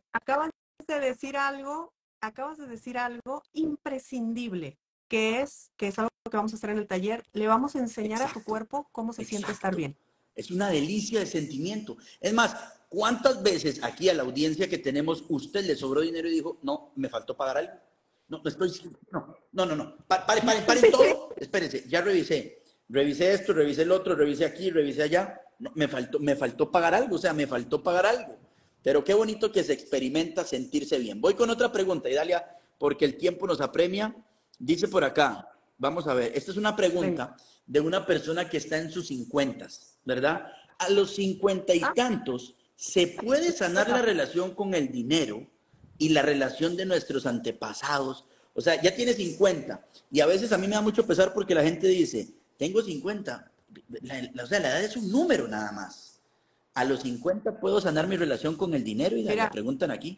acabas de decir algo imprescindible, que es algo que vamos a hacer en el taller. Le vamos a enseñar a tu Exacto, cuerpo cómo se siente estar exacto. bien. Es una delicia de sentimiento. Es más, ¿cuántas veces aquí a la audiencia que tenemos, usted le sobró dinero y dijo, no, me faltó pagar algo? No, estoy, no. Paren todo. Espérense, ya revisé. Revisé esto, revisé el otro, revisé aquí, revisé allá. No, me faltó pagar algo, o sea, me faltó pagar algo. Pero qué bonito que se experimenta sentirse bien. Voy con otra pregunta, Idalia, porque el tiempo nos apremia. Dice por acá, vamos a ver, esta es una Venga. pregunta de una persona que está en sus 50, ¿verdad? A los 50 y Ah, tantos, ¿se puede sanar la relación con el dinero y la relación de nuestros antepasados? O sea, ya tiene 50 y a veces a mí me da mucho pesar porque la gente dice, tengo 50, o sea, la edad es un número nada más. A los 50 puedo sanar mi relación con el dinero y le mira, preguntan aquí.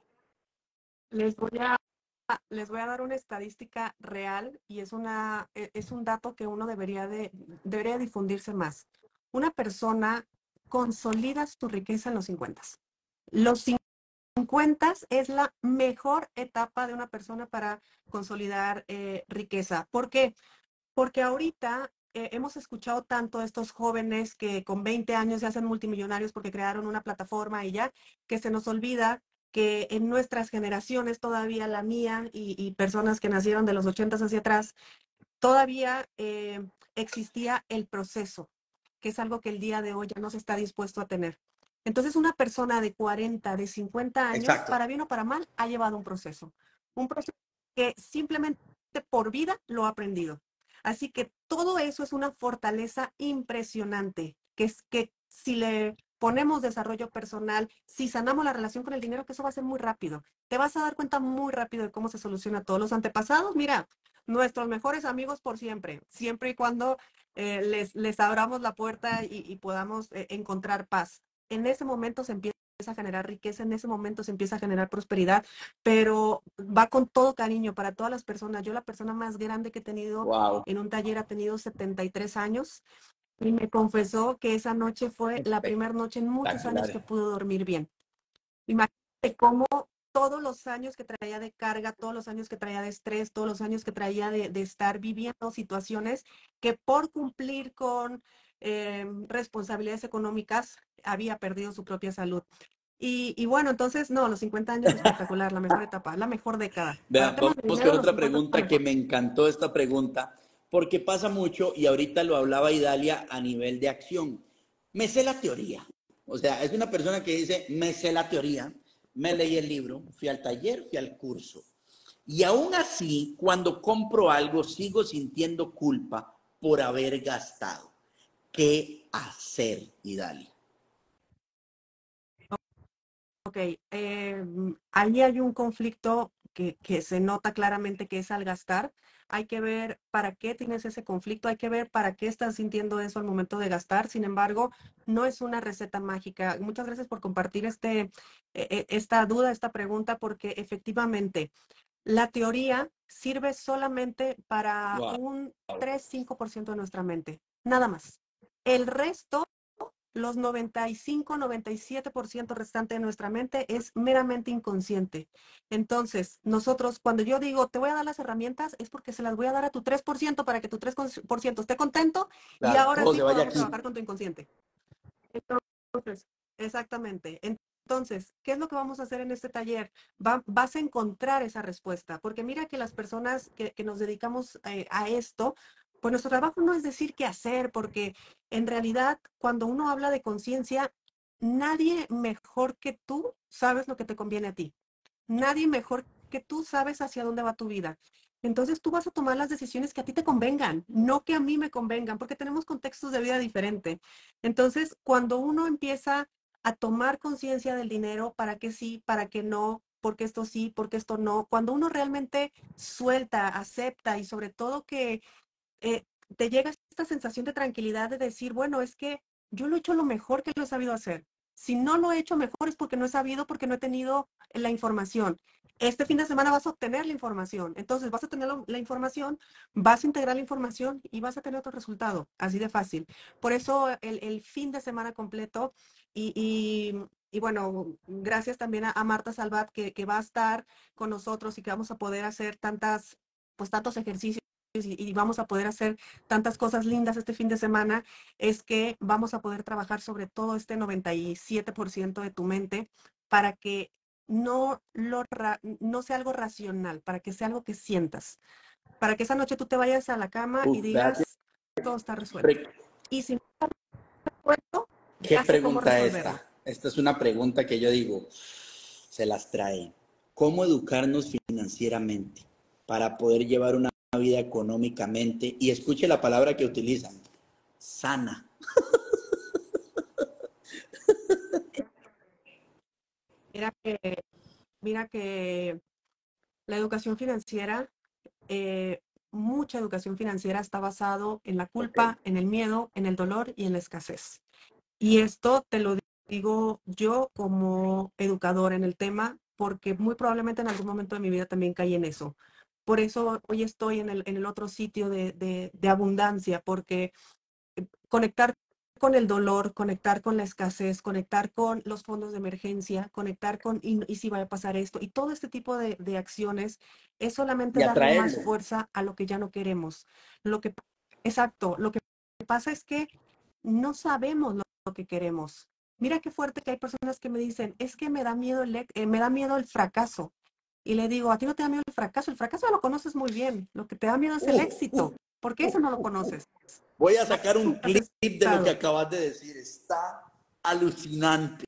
les voy a, les voy a dar una estadística real y es un dato que uno debería difundirse más. Una persona consolida su riqueza en los 50. Los 50 es la mejor etapa de una persona para consolidar riqueza. ¿Por qué? Porque ahorita hemos escuchado tanto a estos jóvenes que con 20 años se hacen multimillonarios porque crearon una plataforma y ya, que se nos olvida que en nuestras generaciones, todavía la mía y personas que nacieron de los 80 hacia atrás, todavía existía el proceso, que es algo que el día de hoy ya no se está dispuesto a tener. Entonces, una persona de 40, de 50 años, Exacto. para bien o para mal, ha llevado un proceso que simplemente por vida lo ha aprendido. Así que todo eso es una fortaleza impresionante, que es que si le ponemos desarrollo personal, si sanamos la relación con el dinero, que eso va a ser muy rápido. Te vas a dar cuenta muy rápido de cómo se soluciona todos los antepasados. Mira, nuestros mejores amigos por siempre, siempre y cuando les abramos la puerta y podamos encontrar paz. En ese momento se empieza a generar riqueza, en ese momento se empieza a generar prosperidad, pero va con todo cariño para todas las personas. Yo la persona más grande que he tenido Wow. en un taller ha tenido 73 años y me confesó que esa noche fue la primera noche en muchos años que Espectacular. pudo dormir bien. Imagínate cómo todos los años que traía de carga, todos los años que traía de estrés, todos los años que traía de estar viviendo situaciones que por cumplir con responsabilidades económicas había perdido su propia salud. Y bueno, entonces, no, los 50 años espectacular, la mejor etapa, la mejor década. Para Vean, temas de vamos con dinero, los otra 50 es la pregunta que mejor. me encantó esta pregunta, porque pasa mucho y ahorita lo hablaba Idalia a nivel de acción. Me sé la teoría, O sea, es una persona que dice, me sé la teoría, me leí el libro, fui al taller, fui al curso. Y aún así, cuando compro algo, sigo sintiendo culpa por haber gastado. ¿Qué hacer, Idalia? Ok, ahí hay un conflicto que se nota claramente que es al gastar. Hay que ver para qué tienes ese conflicto, hay que ver para qué estás sintiendo eso al momento de gastar. Sin embargo, no es una receta mágica. Muchas gracias por compartir esta duda, esta pregunta, porque efectivamente la teoría sirve solamente para Wow. un 3-5% de nuestra mente, nada más. El resto, los 95-97% restante de nuestra mente es meramente inconsciente. Entonces, nosotros, cuando yo digo, te voy a dar las herramientas, es porque se las voy a dar a tu 3% para que tu 3% esté contento y Claro, ahora todo sí se vaya podamos aquí. trabajar con tu inconsciente. Entonces, exactamente. Entonces, ¿qué es lo que vamos a hacer en este taller? Vas a encontrar esa respuesta, porque mira que las personas que nos dedicamos a esto, pues nuestro trabajo no es decir qué hacer, porque en realidad cuando uno habla de conciencia, nadie mejor que tú sabes lo que te conviene a ti. Nadie mejor que tú sabes hacia dónde va tu vida. Entonces tú vas a tomar las decisiones que a ti te convengan, no que a mí me convengan, porque tenemos contextos de vida diferentes. Entonces, cuando uno empieza a tomar conciencia del dinero, para qué sí, para qué no, porque esto sí, porque esto no, cuando uno realmente suelta, acepta y sobre todo que eh, te llega esta sensación de tranquilidad de decir, bueno, es que yo lo he hecho lo mejor que lo he sabido hacer. Si no lo he hecho mejor es porque no he sabido, porque no he tenido la información. Este fin de semana vas a obtener la información. Entonces vas a tener la información, vas a integrar la información y vas a tener otro resultado. Así de fácil. Por eso el fin de semana completo y bueno, gracias también a Marta Salvat que va a estar con nosotros y que vamos a poder hacer tantos ejercicios y vamos a poder hacer tantas cosas lindas este fin de semana, es que vamos a poder trabajar sobre todo este 97% de tu mente para que no sea algo racional, para que sea algo que sientas, para que esa noche tú te vayas a la cama y Vea digas, todo está resuelto. Y si no está resuelto, qué ya sé cómo pregunta resolverlo. esta. Esta es una pregunta que yo digo, se las trae. ¿Cómo educarnos financieramente para poder llevar una vida económicamente? Y escuche la palabra que utilizan, sana. Mira que, mira que la educación financiera eh, mucha educación financiera está basado en la Ok. culpa, en el miedo, en el dolor y en la escasez. Y esto te lo digo yo como educadora en el tema, porque muy probablemente en algún momento de mi vida también caí en eso. Por eso hoy estoy en el otro sitio de abundancia, porque conectar con el dolor, conectar con la escasez, conectar con los fondos de emergencia, conectar y si va a pasar esto, y todo este tipo de acciones es solamente Y darle más atraerlo. fuerza a lo que ya no queremos. Lo que, exacto, lo que pasa es que no sabemos lo que queremos. Mira qué fuerte que hay personas que me dicen, es que me da miedo me da miedo el fracaso. Y le digo, a ti no te da miedo el fracaso ya lo conoces muy bien, lo que te da miedo es el Uf, uf, éxito. ¿Por qué eso uf, no lo uf, uf. conoces? Voy a No sacar un has clip de lo que estado. acabas de decir. Está alucinante.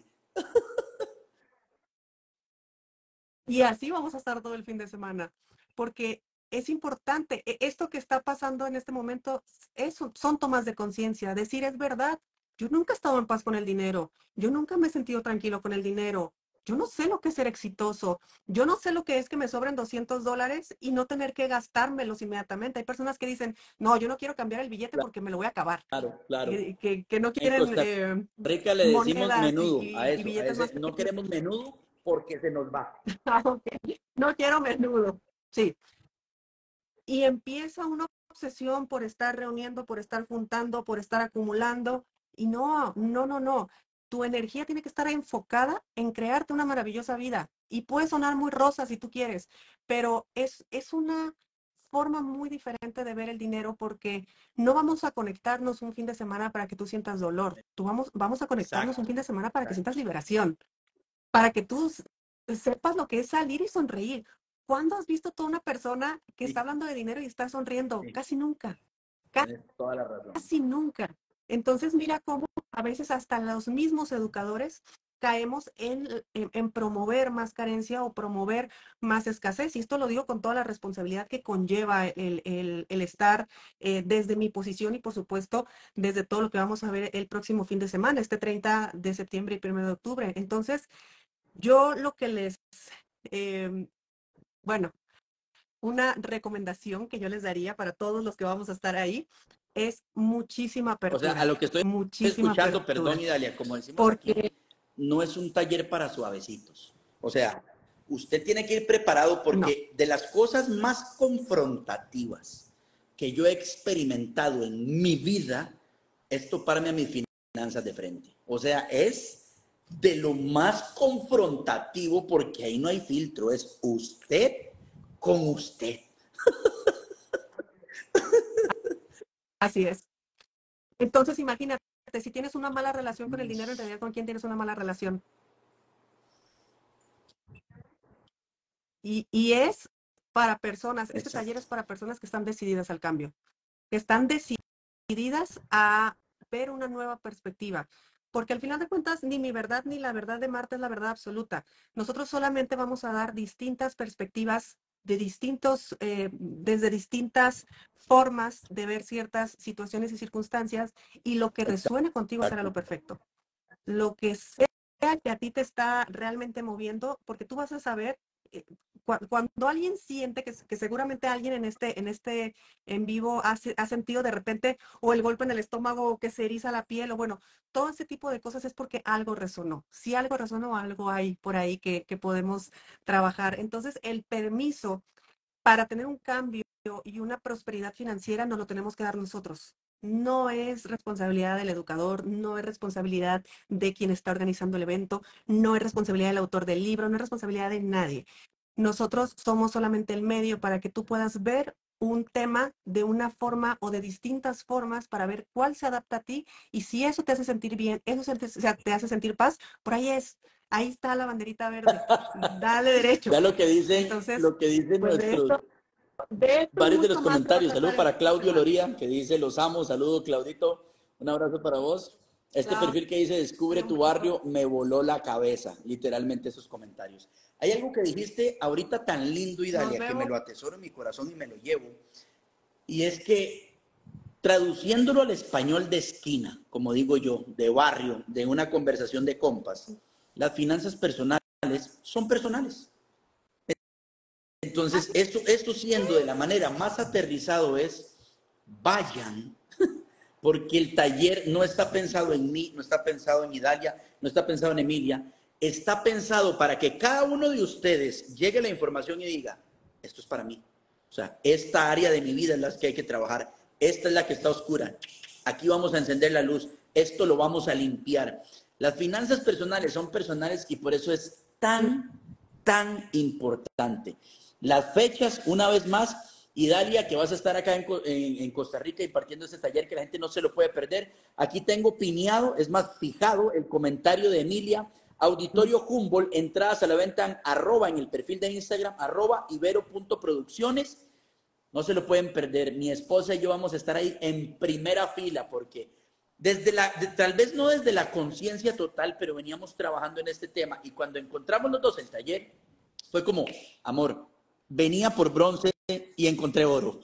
Y así vamos a estar todo el fin de semana, porque es importante, esto que está pasando en este momento son tomas de conciencia, decir es verdad, yo nunca he estado en paz con el dinero, yo nunca me he sentido tranquilo con el dinero, yo no sé lo que es ser exitoso, yo no sé lo que es que me sobren $200 y no tener que gastármelos inmediatamente. Hay personas que dicen, no, yo no quiero cambiar el billete porque me lo voy a acabar, Claro, claro. que no En quieren Costa Rica le decimos monedas menudo a y eso, a billetes más ese. No pequeños. queremos menudo porque se nos va. Ah, ok. No quiero menudo. Sí. Y empieza una obsesión por estar reuniendo, por estar juntando, por estar acumulando. Y no, no, no, no. Tu energía tiene que estar enfocada en crearte una maravillosa vida. Y puede sonar muy rosa si tú quieres, pero es una forma muy diferente de ver el dinero porque no vamos a conectarnos un fin de semana para que tú sientas dolor. Vamos a conectarnos un Exacto, fin de semana para que exacto. sientas liberación, para que tú sepas lo que es salir y sonreír. ¿Cuándo has visto toda una persona que está Sí, hablando de dinero y está sonriendo? sí, Casi nunca, tienes toda la razón. casi nunca. Entonces, mira cómo a veces hasta los mismos educadores caemos en promover más carencia o promover más escasez. Y esto lo digo con toda la responsabilidad que conlleva el estar desde mi posición y, por supuesto, desde todo lo que vamos a ver el próximo fin de semana, este 30 de septiembre y 1 de octubre. Entonces, yo lo que eh, bueno, una recomendación que yo les daría para todos los que vamos a estar ahí es muchísima O sea, a apertura, lo que estoy muchísima escuchando, perdón, apertura, Idalia, como decimos aquí, porque no es un taller para suavecitos. O sea, usted tiene que ir preparado no, porque de las cosas más confrontativas que yo he experimentado en mi vida es toparme a mis finanzas de frente. O sea, es de lo más confrontativo porque ahí no hay filtro, es usted con usted. así es. Entonces, imagínate, si tienes una mala relación con el dinero, en realidad, ¿con quién tienes una mala relación? Y es para personas, este taller Exacto. es para personas que están decididas al cambio, que están decididas a ver una nueva perspectiva. Porque al final de cuentas, ni mi verdad ni la verdad de Marta es la verdad absoluta. Nosotros solamente vamos a dar distintas perspectivas de desde distintas formas de ver ciertas situaciones y circunstancias, y lo que resuene contigo será lo Exacto. perfecto. Lo que sea que a ti te está realmente moviendo, porque tú vas a saber cuando alguien siente que seguramente alguien en este en vivo ha sentido de repente o el golpe en el estómago o que se eriza la piel o bueno, todo ese tipo de cosas es porque algo resonó. Si algo resonó, algo hay por ahí que podemos trabajar. Entonces, el permiso para tener un cambio y una prosperidad financiera nos lo tenemos que dar nosotros. No es responsabilidad del educador, no es responsabilidad de quien está organizando el evento, no es responsabilidad del autor del libro, no es responsabilidad de nadie. Nosotros somos solamente el medio para que tú puedas ver un tema de una forma o de distintas formas para ver cuál se adapta a ti y si eso te hace sentir bien, eso te hace sentir paz, por ahí es, ahí está la banderita verde, dale derecho. Ya Entonces, lo que dicen pues nuestros de esto y varios de los mucho más se va a comentarios. Saludos tratar el para fin de Claudio semana. Loría, que dice los amo. Saludos, Claudito. Un abrazo para vos. Este perfil que dice descubre Claudio, tu muchísimas barrio me voló la cabeza. Literalmente esos comentarios. Hay algo que dijiste ahorita tan lindo, nos Idalia, que me vemos. lo atesoro en mi corazón y me lo llevo. Y es que traduciéndolo al español de esquina, como digo yo, de barrio, de una conversación de compas, las finanzas personales son personales. Entonces, Así esto siendo de la es. manera más aterrizado es, vayan, porque el taller no está pensado en mí, no está pensado en Idalia, no está pensado en Emilia, está pensado para que cada uno de ustedes llegue la información y diga, esto es para mí. O sea, esta área de mi vida es la que hay que trabajar, esta es la que está oscura, aquí vamos a encender la luz, esto lo vamos a limpiar. Las finanzas personales son personales y por eso es tan importante. Las fechas, una vez más, Idalia, que vas a estar acá en Costa Rica impartiendo este taller que la gente no se lo puede perder. Aquí tengo pineado, es más, fijado el comentario de Emilia. Auditorio Humboldt, entradas a la venta en el perfil de Instagram, @ibero.producciones. No se lo pueden perder. Mi esposa y yo vamos a estar ahí en primera fila porque tal vez no desde la conciencia total, pero veníamos trabajando en este tema y cuando encontramos los dos el taller, fue como, amor, venía por bronce y encontré oro.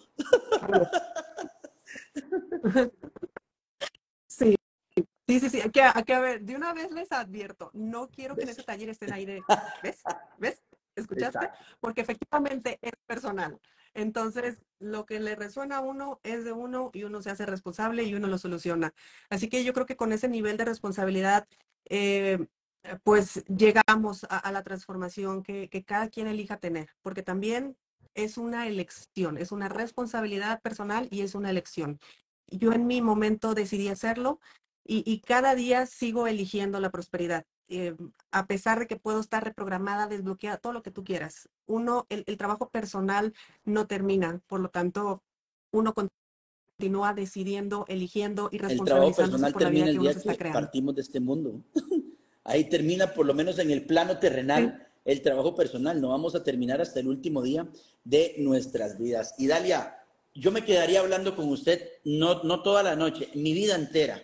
Sí, sí. Que a ver, de una vez les advierto, no quiero que en ese ¿Ves? taller estén ahí de, ¿ves? ¿Escuchaste? Exacto. Porque efectivamente es personal. Entonces, lo que le resuena a uno es de uno y uno se hace responsable y uno lo soluciona. Así que yo creo que con ese nivel de responsabilidad, eh, pues llegamos a la transformación que cada quien elija tener, porque también es una elección, es una responsabilidad personal y es una elección. Yo en mi momento decidí hacerlo y cada día sigo eligiendo la prosperidad. A pesar de que puedo estar reprogramada, desbloqueada, todo lo que tú quieras. El trabajo personal no termina, por lo tanto, uno continúa decidiendo, eligiendo y El trabajo responsabilizándose personal por la vida termina que el uno se día está que creando. partimos de este mundo. Ahí termina, por lo menos en el plano Sí, terrenal, el trabajo personal. No vamos a terminar hasta el último día de nuestras vidas. Y Dalia, yo me quedaría hablando con usted no toda la noche, mi vida entera.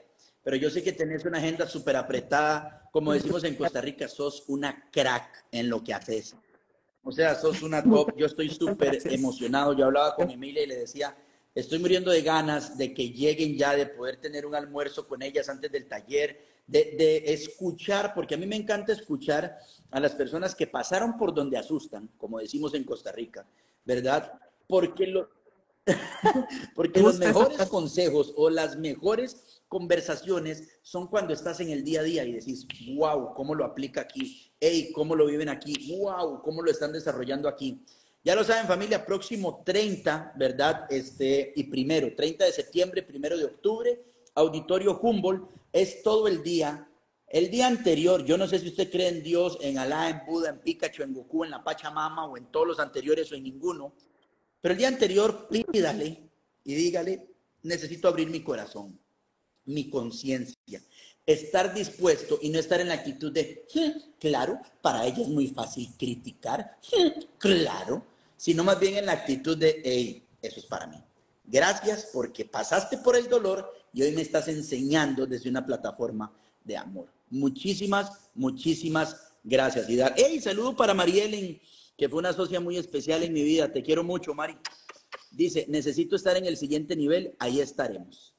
pero yo sé que tenés una agenda súper apretada. Como decimos en Costa Rica, sos una crack en lo que haces. O sea, sos una top. Yo estoy súper Gracias. emocionado. Yo hablaba con Emilia y le decía, estoy muriendo de ganas de que lleguen ya, de poder tener un almuerzo con ellas antes del taller, de escuchar, porque a mí me encanta escuchar a las personas que pasaron por donde asustan, como decimos en Costa Rica, ¿verdad? Porque porque Me los gusta esa mejores frase. consejos o las mejores conversaciones son cuando estás en el día a día y decís, wow, ¿cómo lo aplica aquí? Hey, ¿cómo lo viven aquí? Wow, ¿cómo lo están desarrollando aquí? Ya lo saben, familia, próximo 30, ¿verdad? Y primero, 30 de septiembre, primero de octubre, Auditorio Humboldt, es todo el día. El día anterior, yo no sé si usted cree en Dios, en Alá, en Buda, en Pikachu, en Goku, en la Pachamama o en todos los anteriores o en ninguno, pero el día anterior pídale y dígale, necesito abrir mi corazón, mi conciencia, estar dispuesto y no estar en la actitud de, claro, para ella es muy fácil criticar, claro, sino más bien en la actitud de, hey, eso es para mí. Gracias porque pasaste por el dolor y hoy me estás enseñando desde una plataforma de amor. Muchísimas, muchísimas gracias. Y hey, saludo para Marielen, que fue una socia muy especial en mi vida. Te quiero mucho, Mari. Dice, necesito estar en el siguiente nivel, ahí estaremos.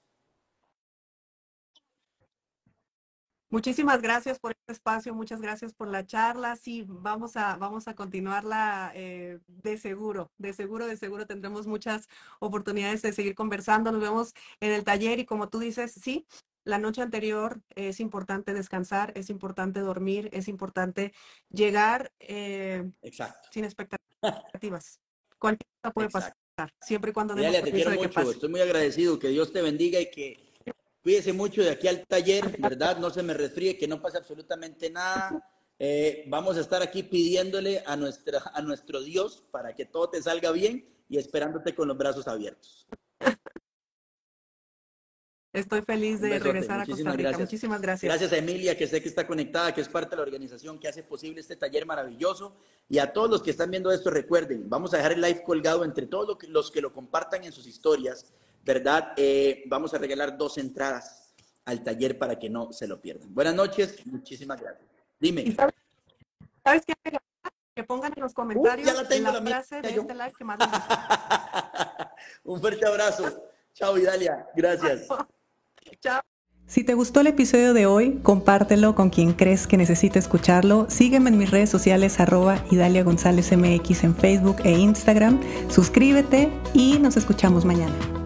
Muchísimas gracias por este espacio, muchas gracias por la charla. Sí, vamos a continuarla de seguro, de seguro tendremos muchas oportunidades de seguir conversando. Nos vemos en el taller y como tú dices, sí, la noche anterior es importante descansar, es importante dormir, es importante llegar Exacto. sin expectativas. Cualquier cosa puede pasar, Exacto. siempre y cuando demos Dalia, te permiso quiero de que mucho, pase. estoy muy agradecido, que Dios te bendiga y que cuídese mucho de aquí al taller, ¿verdad? No se me resfríe, que no pase absolutamente nada. Vamos a estar aquí pidiéndole a nuestro Dios para que todo te salga bien y esperándote con los brazos abiertos. Estoy feliz Un de besote, regresar a Costa muchísimas Rica. gracias. Muchísimas gracias. Gracias a Emilia, que sé que está conectada, que es parte de la organización que hace posible este taller maravilloso. Y a todos los que están viendo esto, recuerden, vamos a dejar el live colgado entre todos los que lo compartan en sus historias, ¿verdad? Vamos a regalar 2 entradas al taller para que no se lo pierdan. Buenas noches, muchísimas gracias. ¿Y Dime. sabes qué? Que pongan en los Ya comentarios la tengo la la mía frase de yo. este live que más les gustó. Un fuerte abrazo. Chao, Idalia. Gracias. Chao. Si te gustó el episodio de hoy, compártelo con quien crees que necesite escucharlo. Sígueme en mis redes sociales @Idalia González MX en Facebook e Instagram. Suscríbete y nos escuchamos mañana.